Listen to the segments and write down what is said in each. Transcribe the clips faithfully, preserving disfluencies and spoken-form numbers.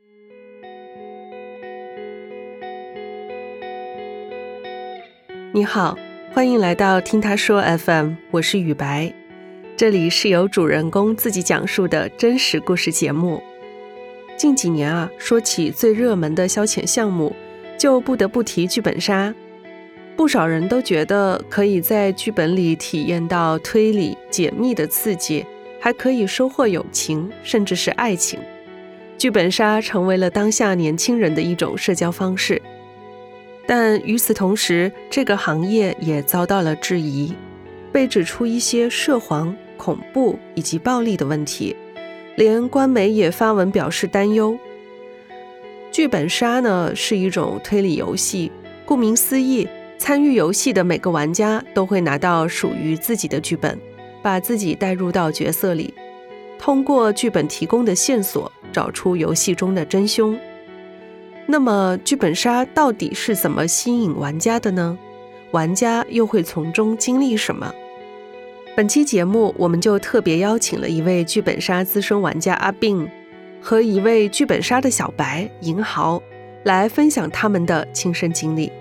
你好，欢迎来到听他说 F M， 我是雨白，这里是由主人公自己讲述的真实故事节目。近几年啊，说起最热门的消遣项目，就不得不提剧本杀。不少人都觉得可以在剧本里体验到推理、解密的刺激，还可以收获友情，甚至是爱情。剧本杀成为了当下年轻人的一种社交方式。但与此同时，这个行业也遭到了质疑，被指出一些涉黄、恐怖以及暴力的问题，连官媒也发文表示担忧。剧本杀呢，是一种推理游戏，顾名思义，参与游戏的每个玩家都会拿到属于自己的剧本，把自己带入到角色里，通过剧本提供的线索，找出游戏中的真凶。那么剧本杀到底是怎么吸引玩家的呢？玩家又会从中经历什么？本期节目我们就特别邀请了一位剧本杀资深玩家阿病和一位剧本杀的小白银豪来分享他们的亲身经历。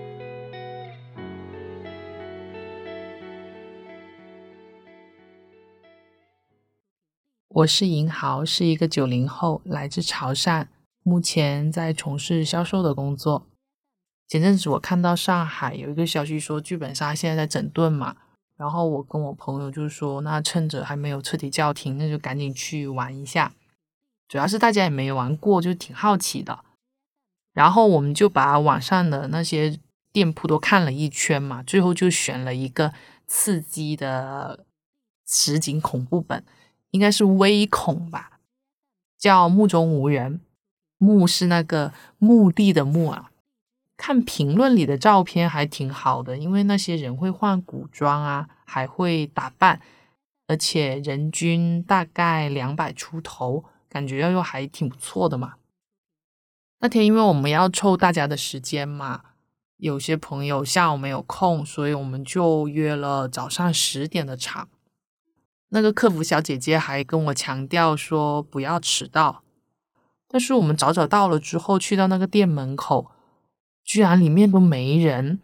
我是银豪，是一个九零后，来自潮汕，目前在从事销售的工作。前阵子我看到上海有一个消息说剧本杀现在在整顿嘛，然后我跟我朋友就说，那趁着还没有彻底叫停，那就赶紧去玩一下。主要是大家也没玩过，就挺好奇的。然后我们就把网上的那些店铺都看了一圈嘛，最后就选了一个刺激的实景恐怖本，应该是微恐吧，叫目中无人。目是那个墓地的墓啊。看评论里的照片还挺好的，因为那些人会换古装啊，还会打扮，而且人均大概两百出头，感觉又还挺不错的嘛。那天因为我们要凑大家的时间嘛，有些朋友下午没有空，所以我们就约了早上十点的场。那个客服小姐姐还跟我强调说不要迟到，但是我们早早到了之后，去到那个店门口，居然里面都没人。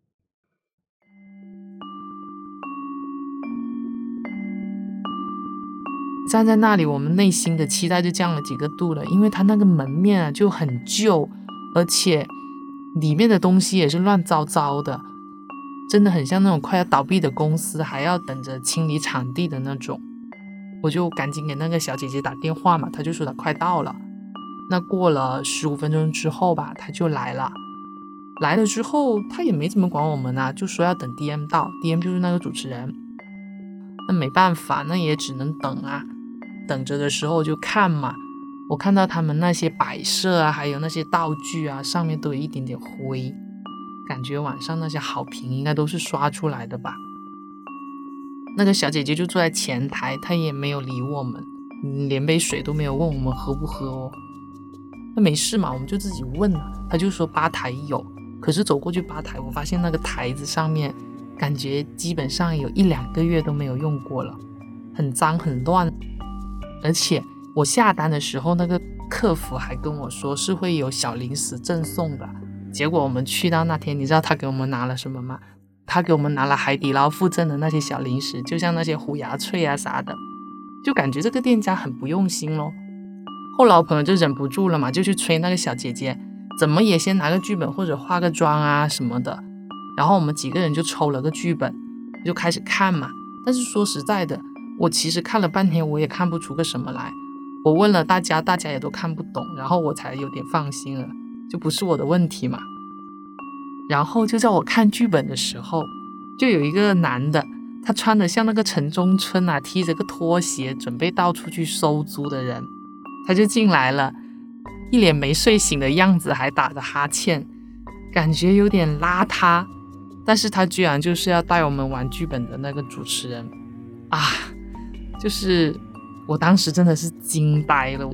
站在那里，我们内心的期待就降了几个度了，因为它那个门面啊就很旧，而且里面的东西也是乱糟糟的，真的很像那种快要倒闭的公司，还要等着清理场地的那种。我就赶紧给那个小姐姐打电话嘛，她就说她快到了。那过了十五分钟之后吧，她就来了。来了之后，她也没怎么管我们啊，就说要等 D M 到 ，D M 就是那个主持人。那没办法，那也只能等啊。等着的时候就看嘛，我看到他们那些摆设啊，还有那些道具啊，上面都有一点点灰，感觉网上那些好评应该都是刷出来的吧。那个小姐姐就坐在前台，她也没有理我们，连杯水都没有问我们喝不喝哦。那没事嘛，我们就自己问了，她就说吧台有，可是走过去吧台，我发现那个台子上面感觉基本上有一两个月都没有用过了，很脏很乱。而且我下单的时候，那个客服还跟我说是会有小零食赠送的，结果我们去到那天，你知道他给我们拿了什么吗？他给我们拿了海底捞附赠的那些小零食，就像那些虎牙脆啊啥的，就感觉这个店家很不用心咯。后来我朋友就忍不住了嘛，就去催那个小姐姐怎么也先拿个剧本或者化个妆啊什么的。然后我们几个人就抽了个剧本，就开始看嘛。但是说实在的，我其实看了半天我也看不出个什么来，我问了大家，大家也都看不懂，然后我才有点放心了，就不是我的问题嘛。然后就在我看剧本的时候，就有一个男的，他穿的像那个城中村啊，踢着个拖鞋准备到处去收租的人，他就进来了，一脸没睡醒的样子，还打着哈欠，感觉有点邋遢，但是他居然就是要带我们玩剧本的那个主持人啊，就是我当时真的是惊呆了。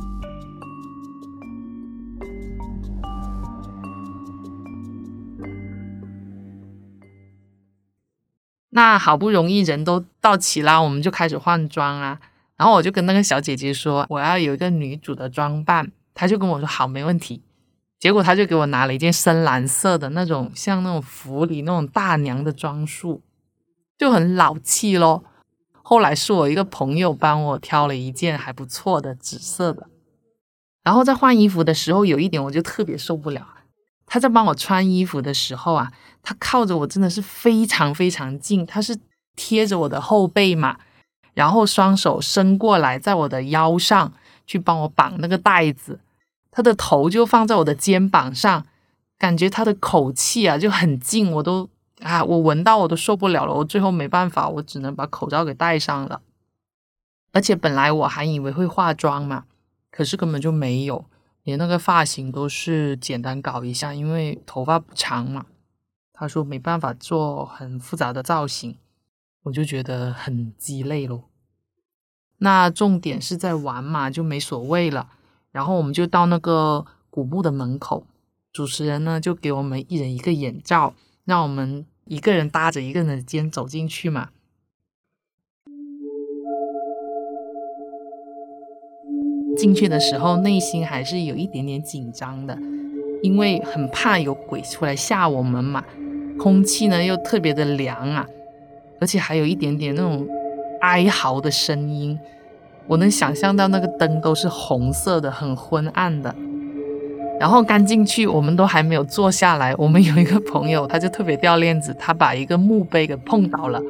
那好不容易人都到齐啦，我们就开始换装啊。然后我就跟那个小姐姐说，我要有一个女主的装扮， 他就跟我说好，没问题。结果他就给我拿了一件深蓝色的那种像那种府里那种大娘的装束，就很老气咯。后来是我一个朋友帮我挑了一件还不错的紫色的。然后在换衣服的时候，有一点我就特别受不了，他在帮我穿衣服的时候啊，他靠着我真的是非常非常近，他是贴着我的后背嘛，然后双手伸过来在我的腰上去帮我绑那个带子，他的头就放在我的肩膀上，感觉他的口气啊就很近，我都啊我闻到我都受不了了，我最后没办法，我只能把口罩给戴上了。而且本来我还以为会化妆嘛，可是根本就没有，连那个发型都是简单搞一下，因为头发不长嘛，他说没办法做很复杂的造型，我就觉得很鸡肋咯。那重点是在玩嘛，就没所谓了。然后我们就到那个古墓的门口，主持人呢就给我们一人一个眼罩，让我们一个人搭着一个人的肩走进去嘛。进去的时候内心还是有一点点紧张的，因为很怕有鬼出来吓我们嘛。空气呢又特别的凉啊，而且还有一点点那种哀嚎的声音，我能想象到那个灯都是红色的，很昏暗的。然后刚进去我们都还没有坐下来，我们有一个朋友他就特别掉链子，他把一个墓碑给碰倒了，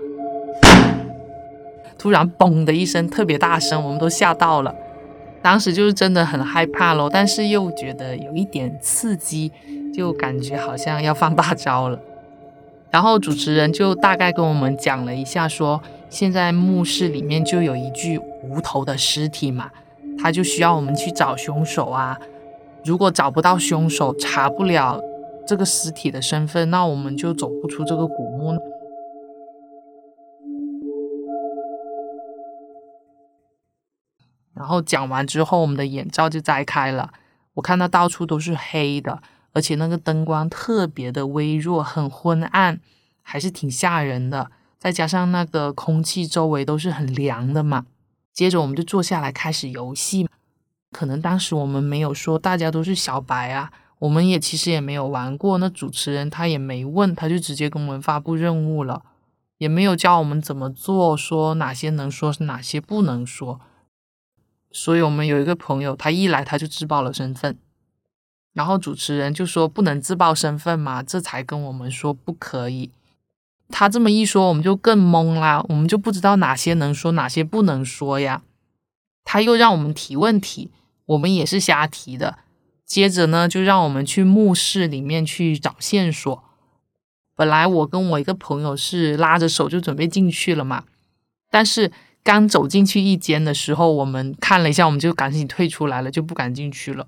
突然嘣的一声特别大声，我们都吓到了。当时就是真的很害怕咯，但是又觉得有一点刺激，就感觉好像要放大招了。然后主持人就大概跟我们讲了一下说，现在墓室里面就有一具无头的尸体嘛，他就需要我们去找凶手啊，如果找不到凶手，查不了这个尸体的身份，那我们就走不出这个古墓。然后讲完之后，我们的眼罩就摘开了，我看到到处都是黑的，而且那个灯光特别的微弱，很昏暗，还是挺吓人的。再加上那个空气周围都是很凉的嘛。接着我们就坐下来开始游戏，可能当时我们没有说大家都是小白啊，我们也其实也没有玩过，那主持人他也没问，他就直接跟我们发布任务了，也没有教我们怎么做，说哪些能说哪些不能说。所以我们有一个朋友，他一来他就自报了身份，然后主持人就说不能自报身份嘛，这才跟我们说不可以。他这么一说我们就更懵啦，我们就不知道哪些能说哪些不能说呀。他又让我们提问题，我们也是瞎提的。接着呢就让我们去墓室里面去找线索。本来我跟我一个朋友是拉着手就准备进去了嘛，但是刚走进去一间的时候，我们看了一下，我们就赶紧退出来了，就不敢进去了。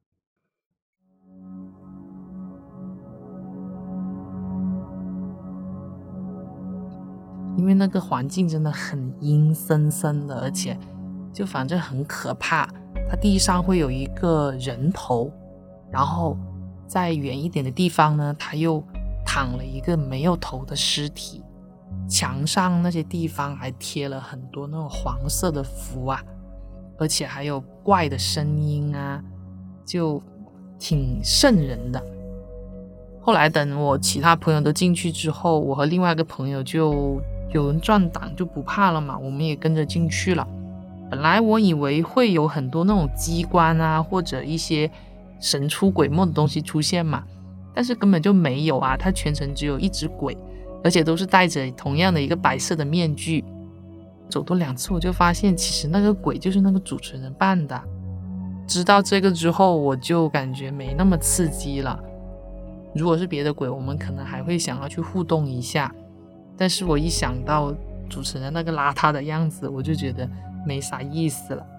因为那个环境真的很阴森森的，而且就反正很可怕。它地上会有一个人头，然后在远一点的地方呢，它又躺了一个没有头的尸体。墙上那些地方还贴了很多那种黄色的符啊，而且还有怪的声音啊，就挺瘆人的。后来等我其他朋友都进去之后，我和另外一个朋友就有人壮胆，就不怕了嘛，我们也跟着进去了。本来我以为会有很多那种机关啊，或者一些神出鬼没的东西出现嘛，但是根本就没有啊，它全程只有一只鬼，而且都是戴着同样的一个白色的面具。走多两次我就发现其实那个鬼就是那个主持人扮的。知道这个之后我就感觉没那么刺激了。如果是别的鬼我们可能还会想要去互动一下，但是我一想到主持人那个邋遢的样子，我就觉得没啥意思了。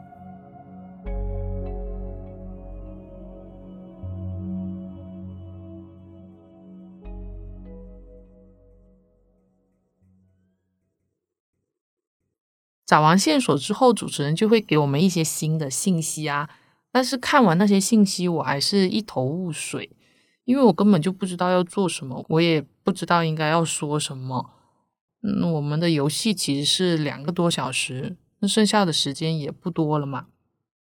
找完线索之后，主持人就会给我们一些新的信息啊，但是看完那些信息我还是一头雾水，因为我根本就不知道要做什么，我也不知道应该要说什么。嗯，我们的游戏其实是两个多小时，那剩下的时间也不多了嘛，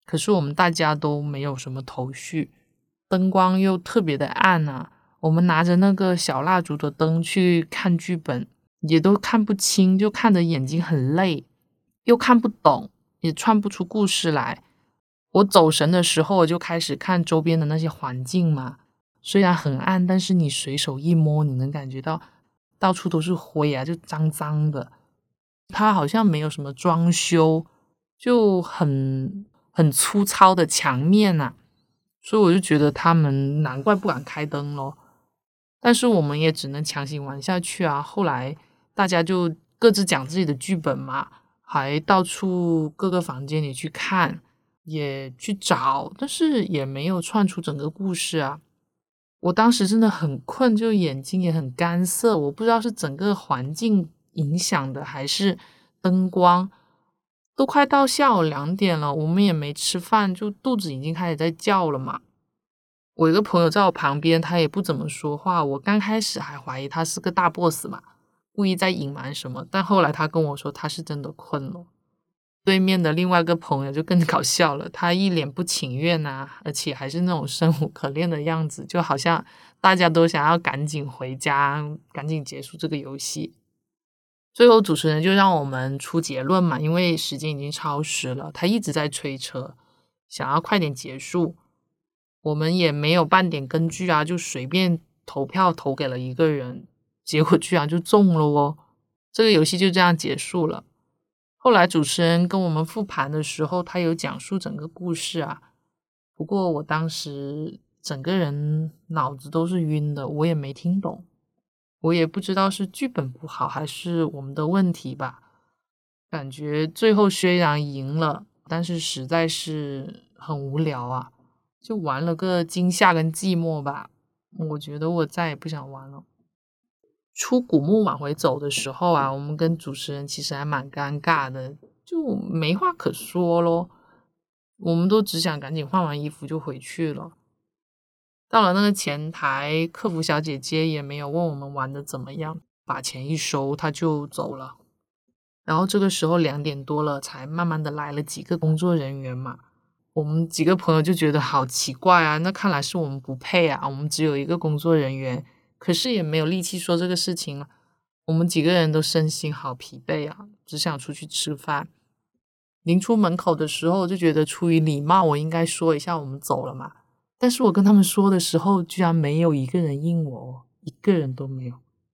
可是我们大家都没有什么头绪，灯光又特别的暗啊，我们拿着那个小蜡烛的灯去看剧本，也都看不清，就看得眼睛很累，又看不懂，也串不出故事来。我走神的时候，我就开始看周边的那些环境嘛，虽然很暗，但是你随手一摸，你能感觉到到处都是灰啊，就脏脏的。它好像没有什么装修，就很很粗糙的墙面啊，所以我就觉得他们难怪不敢开灯咯。但是我们也只能强行玩下去啊。后来大家就各自讲自己的剧本嘛，还到处各个房间里去看，也去找，但是也没有串出整个故事啊。我当时真的很困，就眼睛也很干涩，我不知道是整个环境影响的还是灯光。都快到下午两点了，我们也没吃饭，就肚子已经开始在叫了嘛。我一个朋友在我旁边，他也不怎么说话，我刚开始还怀疑他是个大 boss 嘛，故意在隐瞒什么，但后来他跟我说他是真的困了。对面的另外一个朋友就更搞笑了，他一脸不情愿啊，而且还是那种生无可恋的样子，就好像大家都想要赶紧回家，赶紧结束这个游戏。最后主持人就让我们出结论嘛，因为时间已经超时了，他一直在催车，想要快点结束。我们也没有半点根据啊，就随便投票投给了一个人，结果居然就中了哦。这个游戏就这样结束了。后来主持人跟我们复盘的时候，他有讲述整个故事啊，不过我当时整个人脑子都是晕的，我也没听懂，我也不知道是剧本不好还是我们的问题吧。感觉最后虽然赢了，但是实在是很无聊啊，就玩了个惊吓跟寂寞吧。我觉得我再也不想玩了。出古墓往回走的时候啊，我们跟主持人其实还蛮尴尬的，就没话可说咯。我们都只想赶紧换完衣服就回去了。到了那个前台，客服小姐姐也没有问我们玩的怎么样，把钱一收她就走了。然后这个时候两点多了，才慢慢的来了几个工作人员嘛。我们几个朋友就觉得好奇怪啊，那看来是我们不配啊，我们只有一个工作人员，可是也没有力气说这个事情了。我们几个人都身心好疲惫啊，只想出去吃饭。临出门口的时候就觉得出于礼貌，我应该说一下我们走了嘛。但是我跟他们说的时候，居然没有一个人应我，一个人都没有。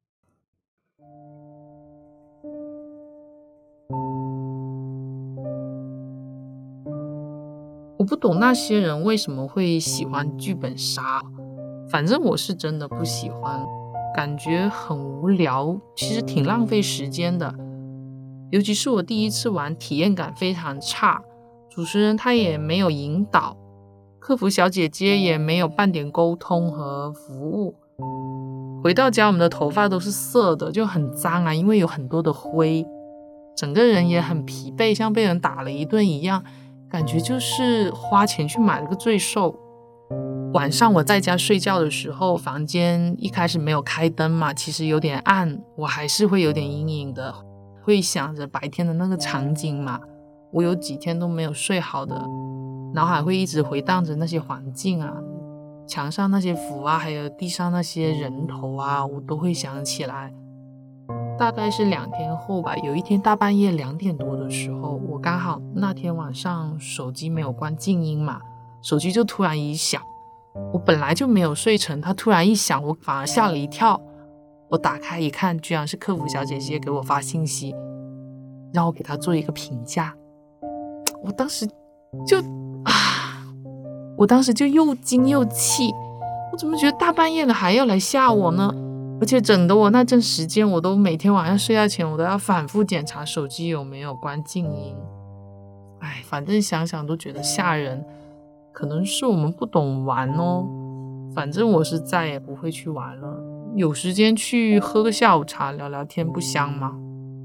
我不懂那些人为什么会喜欢剧本杀，反正我是真的不喜欢，感觉很无聊，其实挺浪费时间的。尤其是我第一次玩，体验感非常差，主持人他也没有引导，客服小姐姐也没有半点沟通和服务。回到家我们的头发都是涩的，就很脏啊，因为有很多的灰，整个人也很疲惫，像被人打了一顿一样，感觉就是花钱去买了个罪受。晚上我在家睡觉的时候，房间一开始没有开灯嘛，其实有点暗，我还是会有点阴影的，会想着白天的那个场景嘛。我有几天都没有睡好的，脑海会一直回荡着那些环境啊，墙上那些符啊，还有地上那些人头啊，我都会想起来。大概是两天后吧，有一天大半夜两点多的时候，我刚好那天晚上手机没有关静音嘛，手机就突然一响，我本来就没有睡成，它突然一响，我反而吓了一跳。我打开一看，居然是客服小姐姐给我发信息，让我给她做一个评价。我当时就啊，我当时就又惊又气，我怎么觉得大半夜了还要来吓我呢？而且整的我那阵时间，我都每天晚上睡觉前我都要反复检查手机有没有关静音。哎，反正想想都觉得吓人，可能是我们不懂玩哦。反正我是再也不会去玩了，有时间去喝个下午茶聊聊天不香吗？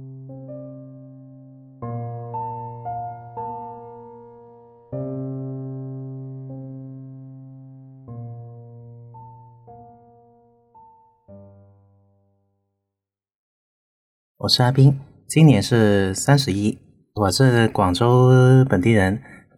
我是阿斌，今年是三十一，我是广州本地人，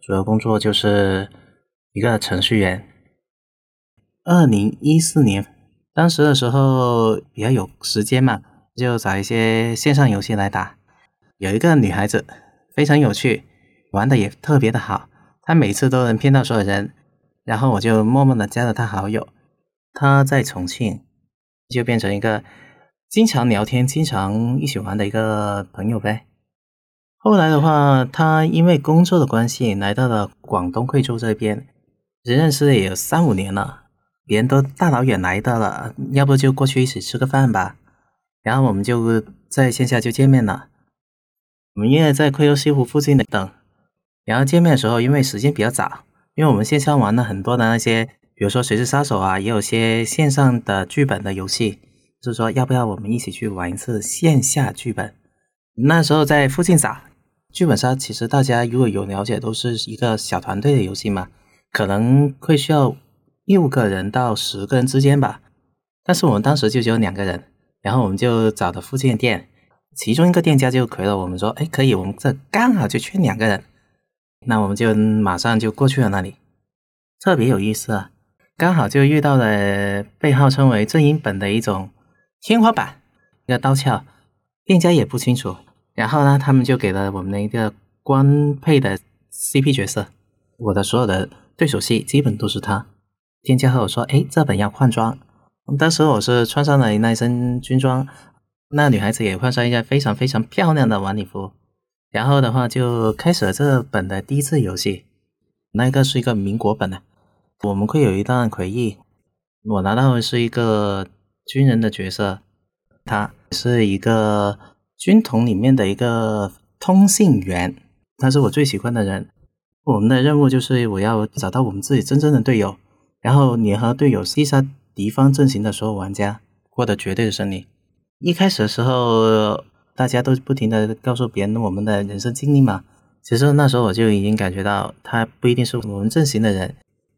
主要工作就是一个程序员。二零一四年，当时的时候比较有时间嘛，就找一些线上游戏来打。有一个女孩子非常有趣，玩的也特别的好，她每次都能骗到所有人，然后我就默默的加了她好友。她在重庆，就变成一个经常聊天、经常一起玩的一个朋友呗。后来的话，她因为工作的关系来到了广东惠州这边，认识也有三五年了。别人都大老远来的了，要不就过去一起吃个饭吧。然后我们就在线下就见面了。我们因为在惠州西湖附近的等，然后见面的时候，因为时间比较早，因为我们线上玩了很多的那些，比如说谁是杀手啊，也有些线上的剧本的游戏，就是说要不要我们一起去玩一次线下剧本。那时候在附近找剧本杀，其实大家如果有了解，都是一个小团队的游戏嘛，可能会需要六个人到十个人之间吧，但是我们当时就只有两个人，然后我们就找的附近的店，其中一个店家就回了我们说，哎，可以，我们这刚好就缺两个人，那我们就马上就过去了那里，特别有意思啊，刚好就遇到了被号称为正音本的一种天花板，一个刀鞘，店家也不清楚，然后呢，他们就给了我们一个官配的 C P 角色，我的所有的对手戏基本都是他。店家和我说，诶，这本要换装。当时我是穿上了那一身军装，那女孩子也换上一件非常非常漂亮的晚礼服。然后的话就开始了这本的第一次游戏，那个是一个民国本的。我们会有一段回忆，我拿到的是一个军人的角色，他是一个军统里面的一个通信员，他是我最喜欢的人。我们的任务就是我要找到我们自己真正的队友，然后联合队友击杀敌方阵型的所有玩家，获得绝对的胜利。一开始的时候大家都不停的告诉别人我们的人生经历嘛，其实那时候我就已经感觉到他不一定是我们阵型的人。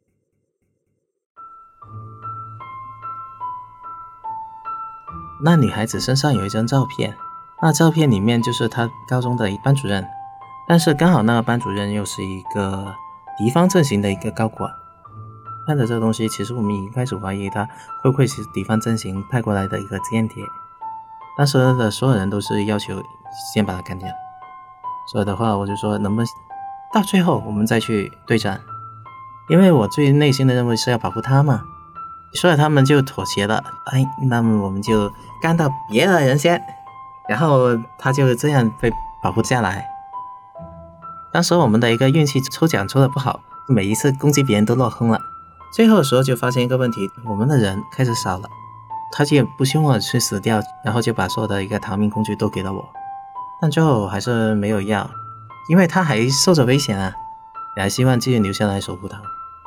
那女孩子身上有一张照片，那照片里面就是她高中的班主任，但是刚好那个班主任又是一个敌方阵型的一个高管。看着这个东西，其实我们已经开始怀疑他会不会是敌方阵型派过来的一个间谍。当时的所有人都是要求先把他干掉，所以的话我就说能不能到最后我们再去对战，因为我最内心的认为是要保护他嘛，所以他们就妥协了。哎，那么我们就干到别的人先，然后他就这样被保护下来。当时我们的一个运气抽奖抽的不好，每一次攻击别人都落空了。最后的时候就发现一个问题，我们的人开始少了，他就不希望我去死掉，然后就把所有的一个逃命工具都给了我，但最后还是没有要，因为他还受着危险啊，也还希望继续留下来守护他。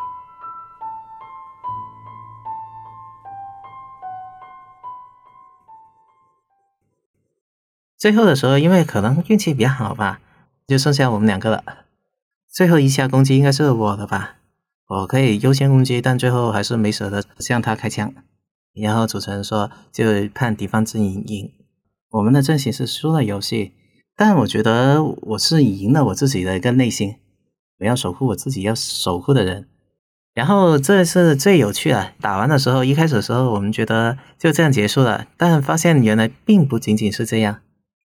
最后的时候因为可能运气比较好吧，就剩下我们两个了，最后一下攻击应该是我的吧，我可以优先攻击，但最后还是没舍得向他开枪，然后主持人说就判敌方阵营赢。我们的阵型是输了游戏，但我觉得我是赢了我自己的一个内心，我要守护我自己要守护的人。然后这是最有趣的，打完的时候一开始的时候我们觉得就这样结束了，但发现原来并不仅仅是这样。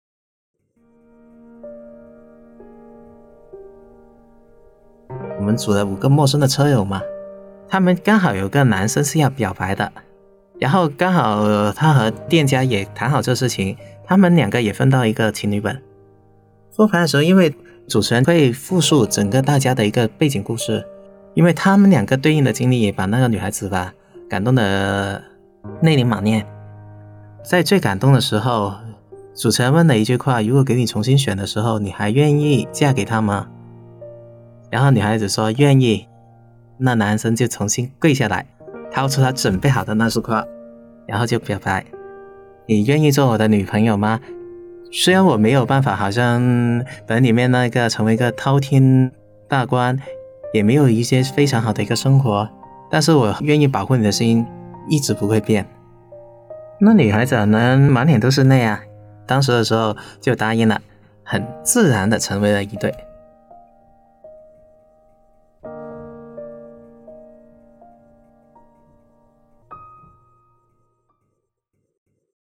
我们组了五个陌生的车友嘛，他们刚好有个男生是要表白的，然后刚好他和店家也谈好这事情，他们两个也分到一个情侣本。复盘的时候，因为主持人会复述整个大家的一个背景故事，因为他们两个对应的经历也把那个女孩子吧感动的泪流满面。在最感动的时候，主持人问了一句话，如果给你重新选的时候，你还愿意嫁给他吗？然后女孩子说愿意，那男生就重新跪下来，掏出他准备好的那束花，然后就表白，你愿意做我的女朋友吗？虽然我没有办法好像本里面那个成为一个滔天大官，也没有一些非常好的一个生活，但是我愿意保护你的心一直不会变。那女孩子呢满脸都是泪啊，当时的时候就答应了，很自然的成为了一对。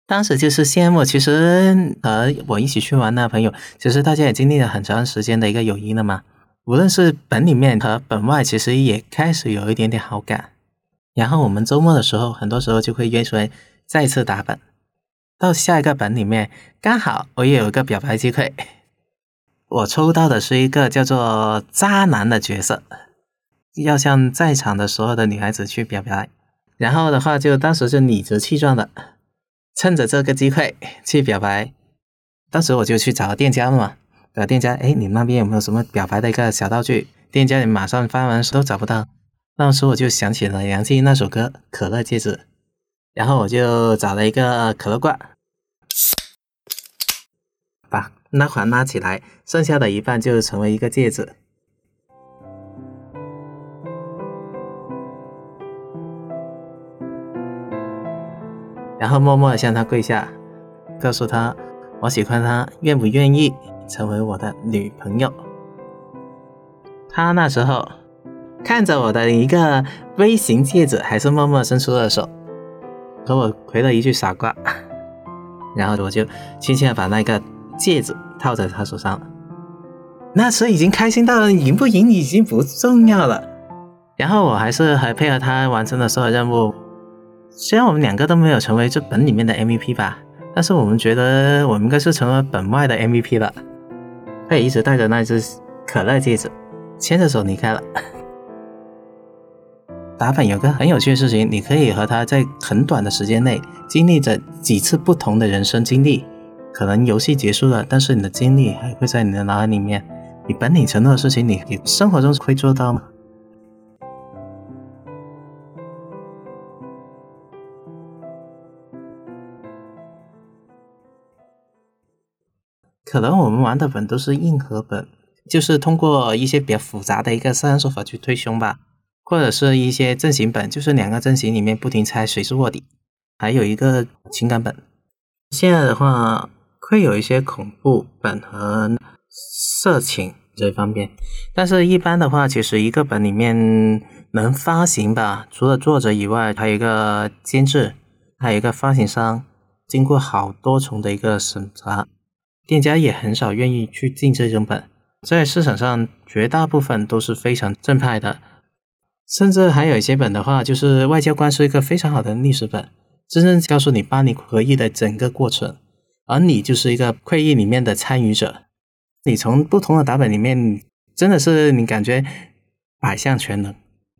当时就是羡慕，其实和我一起去玩的朋友，其实大家也经历了很长时间的一个友谊了嘛。无论是本里面和本外，其实也开始有一点点好感。然后我们周末的时候，很多时候就会约出来再次打本。到下一个本里面，刚好我也有一个表白机会，我抽到的是一个叫做渣男的角色，要向在场的所有的女孩子去表白。然后的话，就当时就理直气壮的趁着这个机会去表白。当时我就去找店家了嘛，找店家，诶，你那边有没有什么表白的一个小道具？店家里马上翻完都找不到。那时我就想起了杨靖那首歌《可乐戒指》，然后我就找了一个可乐罐，把那环拉起来，剩下的一半就成为一个戒指。然后默默地向他跪下，告诉他我喜欢他，愿不愿意成为我的女朋友。他那时候看着我的一个微型戒指，还是默默伸出了手，和我回了一句傻瓜，然后我就轻轻地把那个戒指套在他手上了。那时已经开心到赢不赢已经不重要了，然后我还是还配合他完成了所有任务。虽然我们两个都没有成为这本里面的 M V P 吧，但是我们觉得我们应该是成为本外的 M V P 了。他也一直带着那只可乐戒指，牵着手离开了。打本有个很有趣的事情，你可以和他在很短的时间内经历着几次不同的人生经历。可能游戏结束了，但是你的经历还会在你的脑海里面。你本领承诺的事情，你你生活中会做到吗？可能我们玩的本都是硬核本，就是通过一些比较复杂的一个杀人手法去推凶吧，或者是一些阵型本，就是两个阵型里面不停猜谁是卧底，还有一个情感本。现在的话会有一些恐怖本和色情这方面，但是一般的话其实一个本里面能发行吧，除了作者以外，还有一个监制，还有一个发行商，经过好多重的一个审查，店家也很少愿意去进这种本，在市场上绝大部分都是非常正派的。甚至还有一些本的话，就是外交官是一个非常好的历史本，真正告诉你巴黎和议的整个过程，而你就是一个会议里面的参与者。你从不同的打本里面，真的是你感觉百项全能。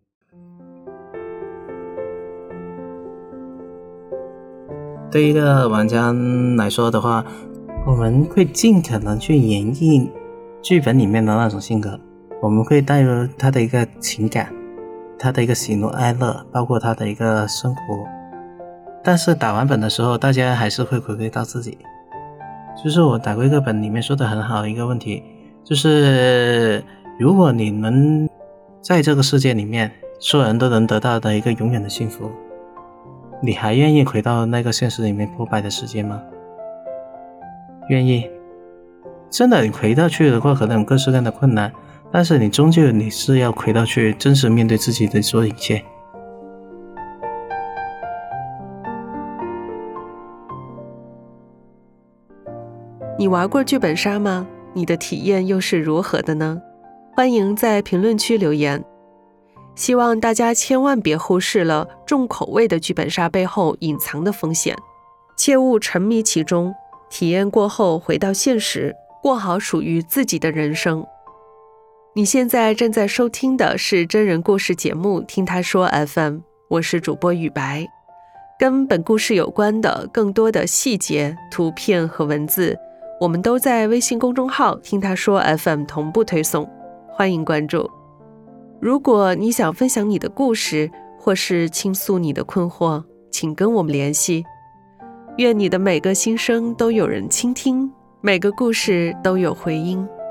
对一个玩家来说的话，我们会尽可能去演绎剧本里面的那种性格，我们会带入他的一个情感，他的一个喜怒哀乐，包括他的一个生活。但是打完本的时候，大家还是会回归到自己。就是我打过一个本里面说的很好的一个问题，就是如果你能在这个世界里面所有人都能得到的一个永远的幸福，你还愿意回到那个现实里面破败的世界吗？愿意。真的你回到去的话，可能有各式各样的困难，但是你终究你是要回到去真实面对自己的所有一切。 你玩过剧本杀吗？你的体验又是如何的呢？欢迎在评论区留言。希望大家千万别忽视了重口味的剧本杀背后隐藏的风险，切勿沉迷其中，体验过后回到现实，过好属于自己的人生。你现在正在收听的是真人故事节目《听他说 F M》， 我是主播雨白。跟本故事有关的更多的细节、图片和文字，我们都在微信公众号听他说 F M 同步推送，欢迎关注。如果你想分享你的故事，或是倾诉你的困惑，请跟我们联系。愿你的每个心声都有人倾听，每个故事都有回音。